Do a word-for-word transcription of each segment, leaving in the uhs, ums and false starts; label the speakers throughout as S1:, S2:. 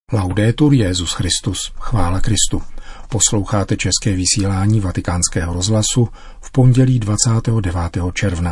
S1: Laudetur Jesus Christus, chvála Kristu. Posloucháte české vysílání Vatikánského rozhlasu v pondělí dvacátého devátého června.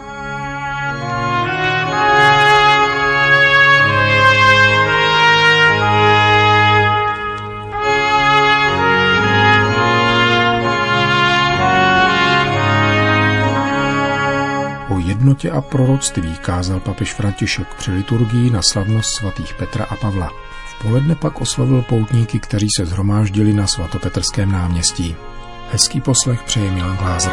S1: O jednotě a proroctví kázal papež František při liturgii na slavnost svatých Petra a Pavla. V poledne pak oslovil poutníky, kteří se shromáždili na svatopetrském náměstí. Hezký poslech přeje Milan Glázer.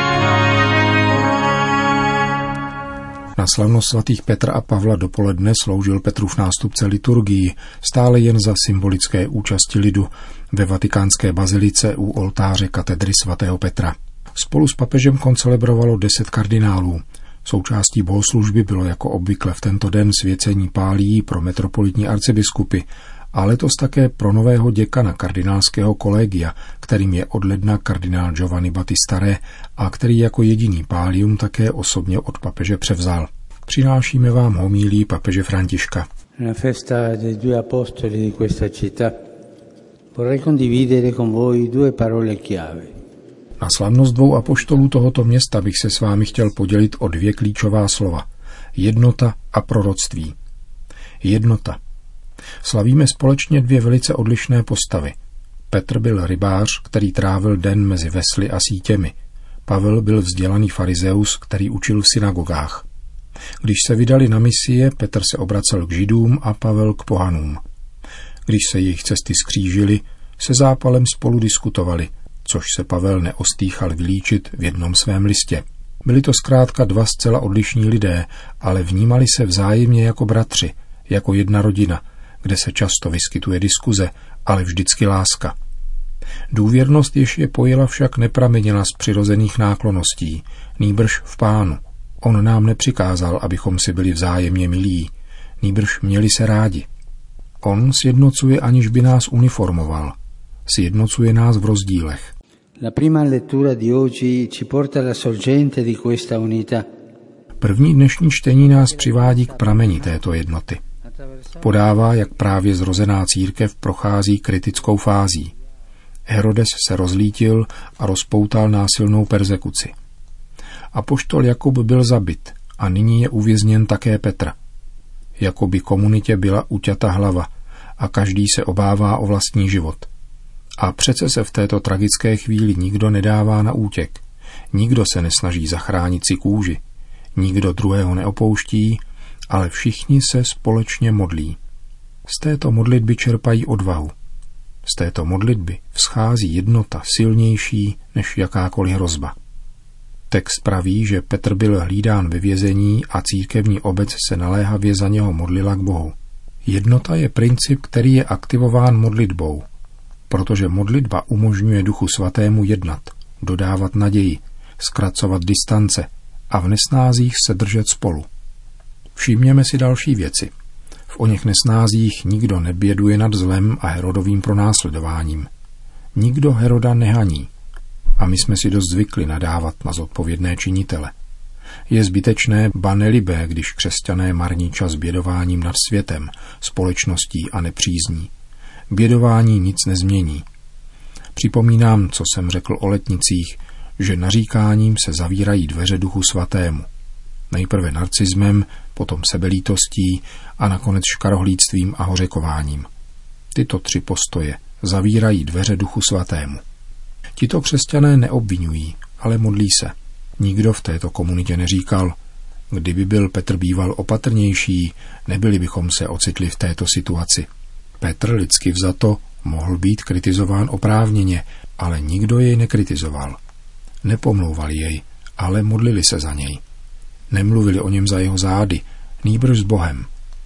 S1: Na slavnost svatých Petra a Pavla dopoledne sloužil Petrův nástupce liturgii, stále jen za symbolické účasti lidu, ve vatikánské bazilice u oltáře katedry svatého Petra. Spolu s papežem koncelebrovalo deset kardinálů. Součástí bohoslužby bylo jako obvykle v tento den svěcení pálí pro metropolitní arcibiskupy a letos také pro nového děkana kardinálského kolegia, kterým je od ledna kardinál Giovanni Battista Re a který jako jediný pálium také osobně od papeže převzal. Přinášíme vám homílii papeže Františka.
S2: Na festa dei due apostoli di questa città vorrei condividere con voi due parole chiave.
S1: Na slavnost dvou apoštolů tohoto města bych se s vámi chtěl podělit o dvě klíčová slova. Jednota a proroctví. Jednota. Slavíme společně dvě velice odlišné postavy. Petr byl rybář, který trávil den mezi vesly a sítěmi. Pavel byl vzdělaný farizeus, který učil v synagogách. Když se vydali na misie, Petr se obracel k Židům a Pavel k pohanům. Když se jejich cesty skřížily, se zápalem spolu diskutovali, což se Pavel neostýchal vylíčit v jednom svém listě. Byli to zkrátka dva zcela odlišní lidé, ale vnímali se vzájemně jako bratři, jako jedna rodina, kde se často vyskytuje diskuze, ale vždycky láska. Důvěrnost, jež je pojila, však nepramenila z přirozených náklonností, nýbrž v Pánu. On nám nepřikázal, abychom si byli vzájemně milí, nýbrž měli se rádi. On sjednocuje, aniž by nás uniformoval. Sjednocuje nás v rozdílech.
S2: La prima lettura di oggi ci porta alla sorgente di questa unità.
S1: První dnešní čtení nás přivádí k prameni této jednoty. Podává, jak právě zrozená církev prochází kritickou fází. Herodes se rozlítil a rozpoutal násilnou perzekuci. Apoštol Jakub byl zabit a nyní je uvězněn také Petr. Jakoby komunitě byla uťata hlava a každý se obává o vlastní život. A přece se v této tragické chvíli nikdo nedává na útěk. Nikdo se nesnaží zachránit si kůži. Nikdo druhého neopouští, ale všichni se společně modlí. Z této modlitby čerpají odvahu. Z této modlitby vzchází jednota silnější než jakákoliv hrozba. Text praví, že Petr byl hlídán ve vězení a církevní obec se naléhavě za něho modlila k Bohu. Jednota je princip, který je aktivován modlitbou, protože modlitba umožňuje Duchu Svatému jednat, dodávat naději, zkracovat distance a v nesnázích se držet spolu. Všimněme si další věci. V oněch nesnázích nikdo neběduje nad zlem a Herodovým pronásledováním. Nikdo Heroda nehaní. A my jsme si dost zvykli nadávat na zodpovědné činitele. Je zbytečné, ba nelibé, když křesťané marní čas bědováním nad světem, společností a nepřízní. Bědování nic nezmění. Připomínám, co jsem řekl o letnicích, že naříkáním se zavírají dveře Duchu Svatému. Nejprve narcismem, potom sebelítostí a nakonec škarohlídstvím a hořekováním. Tyto tři postoje zavírají dveře Duchu Svatému. Tito křesťané neobvinují, ale modlí se. Nikdo v této komunitě neříkal, kdyby byl Petr býval opatrnější, nebyli bychom se ocitli v této situaci. Petr lidsky vzato mohl být kritizován oprávněně, ale nikdo jej nekritizoval. Nepomlouvali jej, ale modlili se za něj. Nemluvili o něm za jeho zády, nýbrž s Bohem.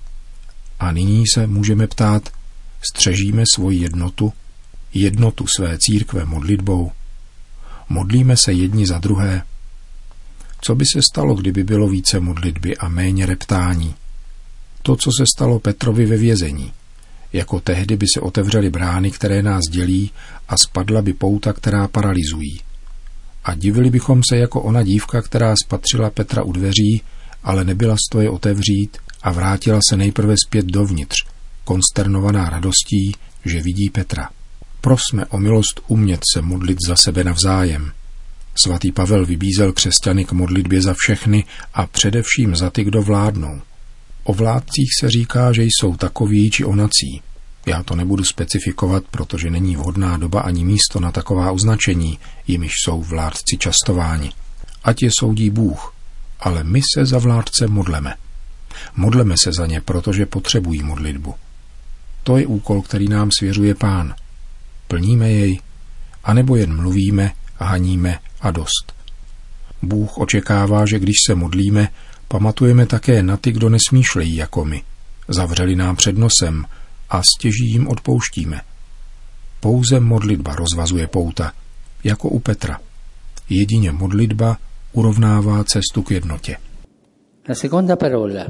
S1: A nyní se můžeme ptát, střežíme svoji jednotu, jednotu své církve modlitbou? Modlíme se jedni za druhé? Co by se stalo, kdyby bylo více modlitby a méně reptání? To, co se stalo Petrovi ve vězení. Jako tehdy by se otevřely brány, které nás dělí, a spadla by pouta, která paralyzují. A divili bychom se jako ona dívka, která spatřila Petra u dveří, ale nebyla stoje otevřít a vrátila se nejprve zpět dovnitř, konsternovaná radostí, že vidí Petra. Prosme o milost umět se modlit za sebe navzájem. Svatý Pavel vybízel křesťany k modlitbě za všechny a především za ty, kdo vládnou. O vládcích se říká, že jsou takoví či onací. Já to nebudu specifikovat, protože není vhodná doba ani místo na taková označení, jimiž jsou vládci častováni. Ať je soudí Bůh, ale my se za vládce modleme. Modleme se za ně, protože potřebují modlitbu. To je úkol, který nám svěřuje Pán. Plníme jej, anebo jen mluvíme, haníme a dost. Bůh očekává, že když se modlíme, pamatujeme také na ty, kdo nesmýšlejí jako my. Zavřeli nám před nosem a stěží jim odpouštíme. Pouze modlitba rozvazuje pouta, jako u Petra. Jedině modlitba urovnává cestu k jednotě.
S2: La seconda parola,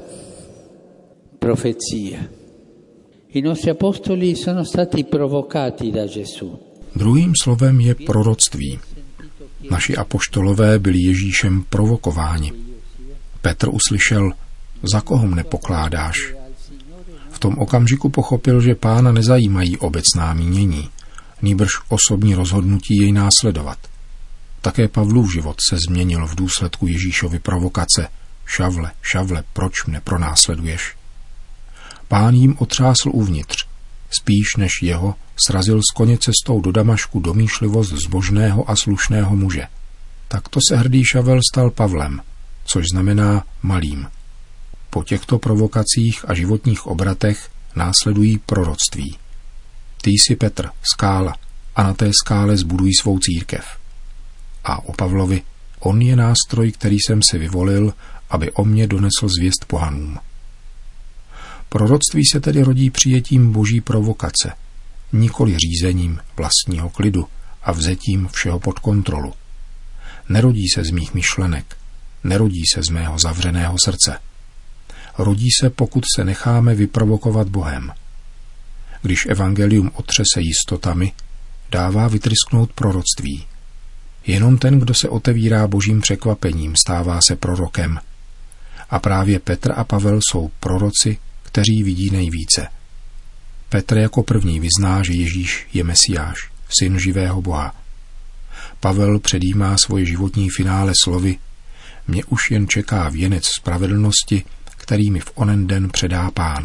S2: profezia. I nostri apostoli sono stati provocati da Gesù.
S1: Druhým slovem je proroctví. Naši apoštolové byli Ježíšem provokováni. Petr uslyšel, za koho mne pokládáš? V tom okamžiku pochopil, že Pána nezajímají obecná mínění, nýbrž osobní rozhodnutí jej následovat. Také Pavlův život se změnil v důsledku Ježíšovy provokace. Šavle, šavle, proč mne pronásleduješ? Pán jim otřásl uvnitř. Spíš než jeho srazil z koně cestou do Damašku domýšlivost zbožného a slušného muže. Takto se hrdý Šavel stal Pavlem, což znamená malým. Po těchto provokacích a životních obratech následují proroctví. Ty jsi Petr, skála, a na té skále zbuduj svou církev. A o Pavlovi, on je nástroj, který jsem si vyvolil, aby o mě donesl zvěst pohanům. Proroctví se tedy rodí přijetím boží provokace, nikoli řízením vlastního klidu a vzetím všeho pod kontrolu. Nerodí se z mých myšlenek, nerodí se z mého zavřeného srdce. Rodí se, pokud se necháme vyprovokovat Bohem. Když evangelium otřese jistotami, dává vytrysknout proroctví. Jenom ten, kdo se otevírá božím překvapením, stává se prorokem. A právě Petr a Pavel jsou proroci, kteří vidí nejvíce. Petr jako první vyzná, že Ježíš je Mesiáš, syn živého Boha. Pavel předjímá svoje životní finále slovy: mě už jen čeká věnec spravedlnosti, který mi v onen den předá Pán.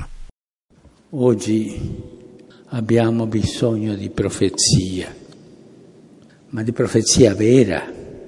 S2: Oggi abbiamo bisogno di profezia, ma di profezia vera,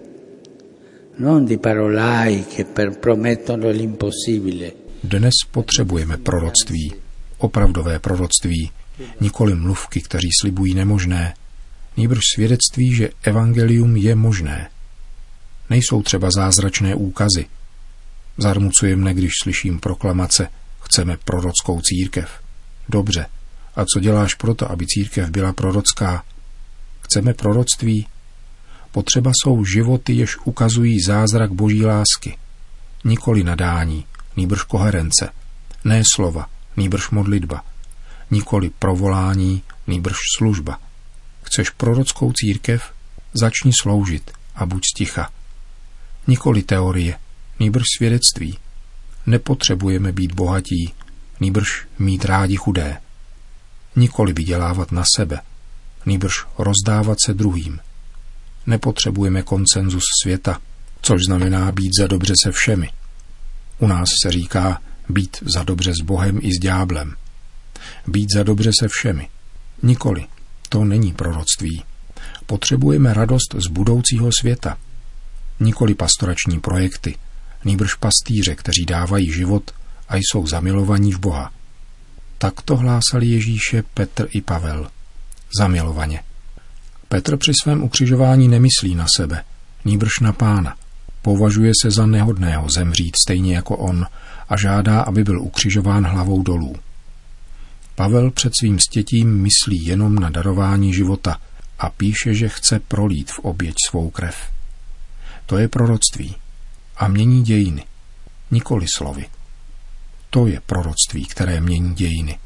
S2: non di parolai che promettono l'impossibile.
S1: Dnes potřebujeme proroctví, opravdové proroctví, nikoli mluvky, kteří slibují nemožné, nýbrž svědectví, že evangelium je možné. Nejsou třeba zázračné úkazy. Zarmucuje mne, když slyším proklamace: chceme prorockou církev. Dobře, a co děláš proto, aby církev byla prorocká? Chceme proroctví? Potřeba jsou životy, jež ukazují zázrak boží lásky. Nikoli nadání, nýbrž koherence. Ne slova, nýbrž modlitba. Nikoli provolání, nýbrž služba. Chceš prorockou církev? Začni sloužit a buď sticha. Nikoli teorie, nýbrž svědectví. Nepotřebujeme být bohatí, nýbrž mít rádi chudé. Nikoli vydělávat na sebe, nýbrž rozdávat se druhým. Nepotřebujeme konsenzus světa, což znamená být za dobře se všemi. U nás se říká být za dobře s Bohem i s ďáblem. Být za dobře se všemi. Nikoli, to není proroctví. Potřebujeme radost z budoucího světa. Nikoli pastorační projekty, nýbrž pastýře, kteří dávají život a jsou zamilovaní v Boha. Takto hlásali Ježíše Petr i Pavel. Zamilovaně. Petr při svém ukřižování nemyslí na sebe, nýbrž na Pána. Považuje se za nehodného zemřít stejně jako on a žádá, aby byl ukřižován hlavou dolů. Pavel před svým stětím myslí jenom na darování života a píše, že chce prolít v oběť svou krev. To je proroctví a mění dějiny, nikoli slovy. To je proroctví, které mění dějiny.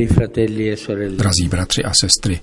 S1: Drazí bratři a sestry,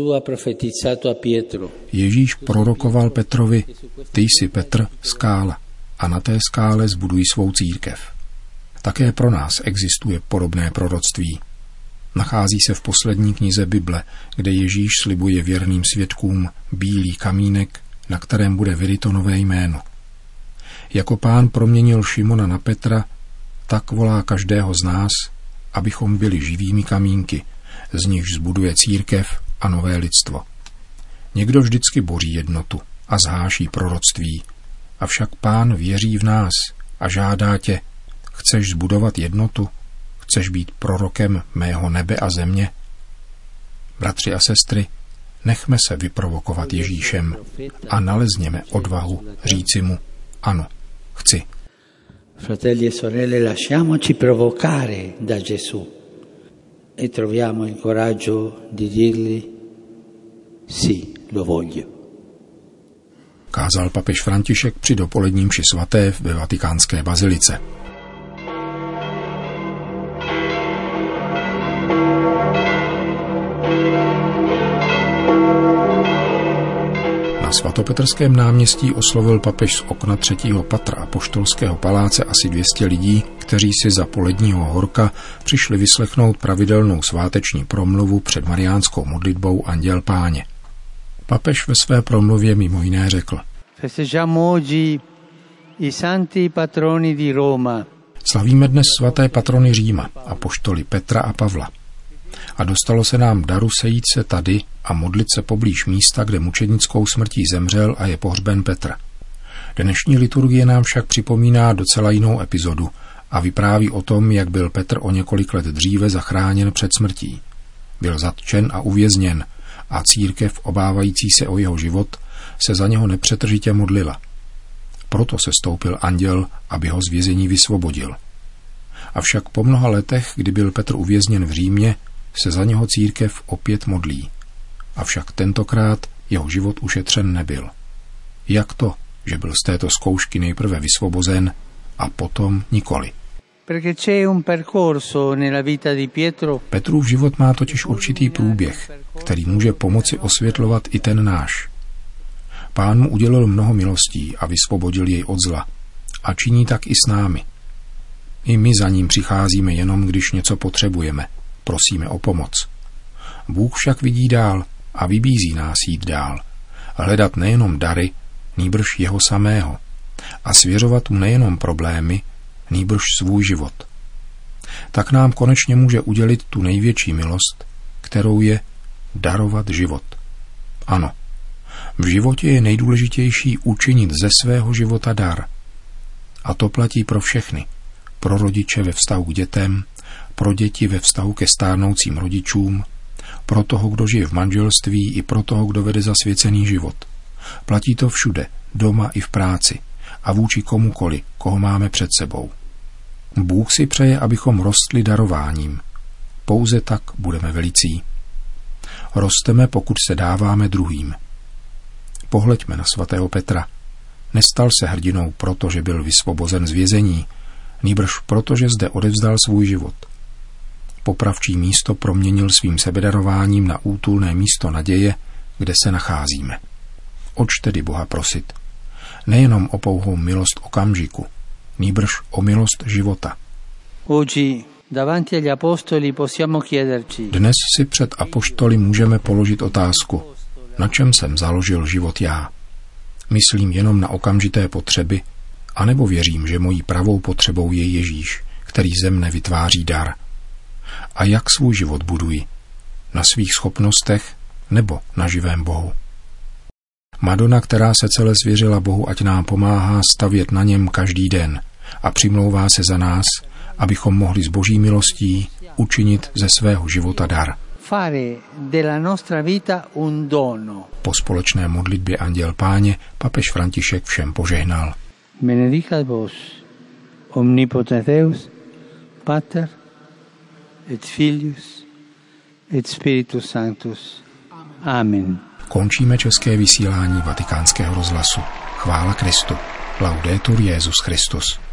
S1: Ježíš prorokoval Petrovi: ty jsi Petr, skála, a na té skále zbuduj svou církev. Také pro nás existuje podobné proroctví. Nachází se v poslední knize Bible, kde Ježíš slibuje věrným svědkům bílý kamínek, na kterém bude vyryto nové jméno. Jako Pán proměnil Šimona na Petra, tak volá každého z nás, abychom byli živými kamínky, z nichž zbuduje církev a nové lidstvo. Někdo vždycky boří jednotu a zháší proroctví, avšak Pán věří v nás a žádá tě, chceš zbudovat jednotu, chceš být prorokem mého nebe a země? Bratři a sestry, nechme se vyprovokovat Ježíšem a nalezněme odvahu říci mu, ano, chci.
S2: Fratelli e sorelle, lasciamoci provocare da Gesù e troviamo il coraggio di dirgli sì, lo voglio.
S1: Kázal papež František při dopoledním mši svaté ve Vatikánské bazilice. Na svatopetrském náměstí oslovil papež z okna třetího patra apoštolského paláce asi dvě stě lidí, kteří si za poledního horka přišli vyslechnout pravidelnou sváteční promluvu před mariánskou modlitbou Anděl Páně. Papež ve své promluvě mimo jiné řekl: Slavíme dnes svaté patrony Říma, apoštoly Petra a Pavla. A dostalo se nám daru sejít se tady a modlit se poblíž místa, kde mučednickou smrtí zemřel a je pohřben Petr. Dnešní liturgie nám však připomíná docela jinou epizodu a vypráví o tom, jak byl Petr o několik let dříve zachráněn před smrtí. Byl zatčen a uvězněn a církev, obávající se o jeho život, se za něho nepřetržitě modlila. Proto se stoupil anděl, aby ho z vězení vysvobodil. Avšak po mnoha letech, kdy byl Petr uvězněn v Římě, se za něho církev opět modlí. Avšak tentokrát jeho život ušetřen nebyl. Jak to, že byl z této zkoušky nejprve vysvobozen a potom nikoli? Petrův život má totiž určitý průběh, který může pomoci osvětlovat i ten náš. Pán mu udělil mnoho milostí a vysvobodil jej od zla. A činí tak i s námi. I my za ním přicházíme jenom, když něco potřebujeme. Prosíme o pomoc. Bůh však vidí dál a vybízí nás jít dál. Hledat nejenom dary, nýbrž jeho samého. A svěřovat mu nejenom problémy, nýbrž svůj život. Tak nám konečně může udělit tu největší milost, kterou je darovat život. Ano, v životě je nejdůležitější učinit ze svého života dar. A to platí pro všechny. Pro rodiče ve vztahu k dětem, pro děti ve vztahu ke stárnoucím rodičům, pro toho, kdo žije v manželství, i pro toho, kdo vede zasvěcený život. Platí to všude, doma i v práci a vůči komukoli, koho máme před sebou. Bůh si přeje, abychom rostli darováním. Pouze tak budeme velicí. Rosteme, pokud se dáváme druhým. Pohleďme na svatého Petra. Nestal se hrdinou proto, že byl vysvobozen z vězení, nýbrž proto, že zde odevzdal svůj život. Popravčí místo proměnil svým sebedarováním na útulné místo naděje, kde se nacházíme. Oč tedy Boha prosit? Nejenom o pouhou milost okamžiku, nýbrž o milost života. Dnes si před apoštoly můžeme položit otázku, na čem jsem založil život já. Myslím jenom na okamžité potřeby, anebo věřím, že mojí pravou potřebou je Ježíš, který ze mne vytváří dar. A jak svůj život buduji? Na svých schopnostech nebo na živém Bohu? Madonna, která se celé svěřila Bohu, ať nám pomáhá stavět na něm každý den a přimlouvá se za nás, abychom mohli s Boží milostí učinit ze svého života dar. Po společné modlitbě Anděl Páně papež František všem požehnal.
S2: Benedicat vos, omnipotens Deus, Pater, et Filius, et Spiritus Sanctus. Amen.
S1: Končíme české vysílání Vatikánského rozhlasu. Chvála Kristu. Laudetur Jesus Christus.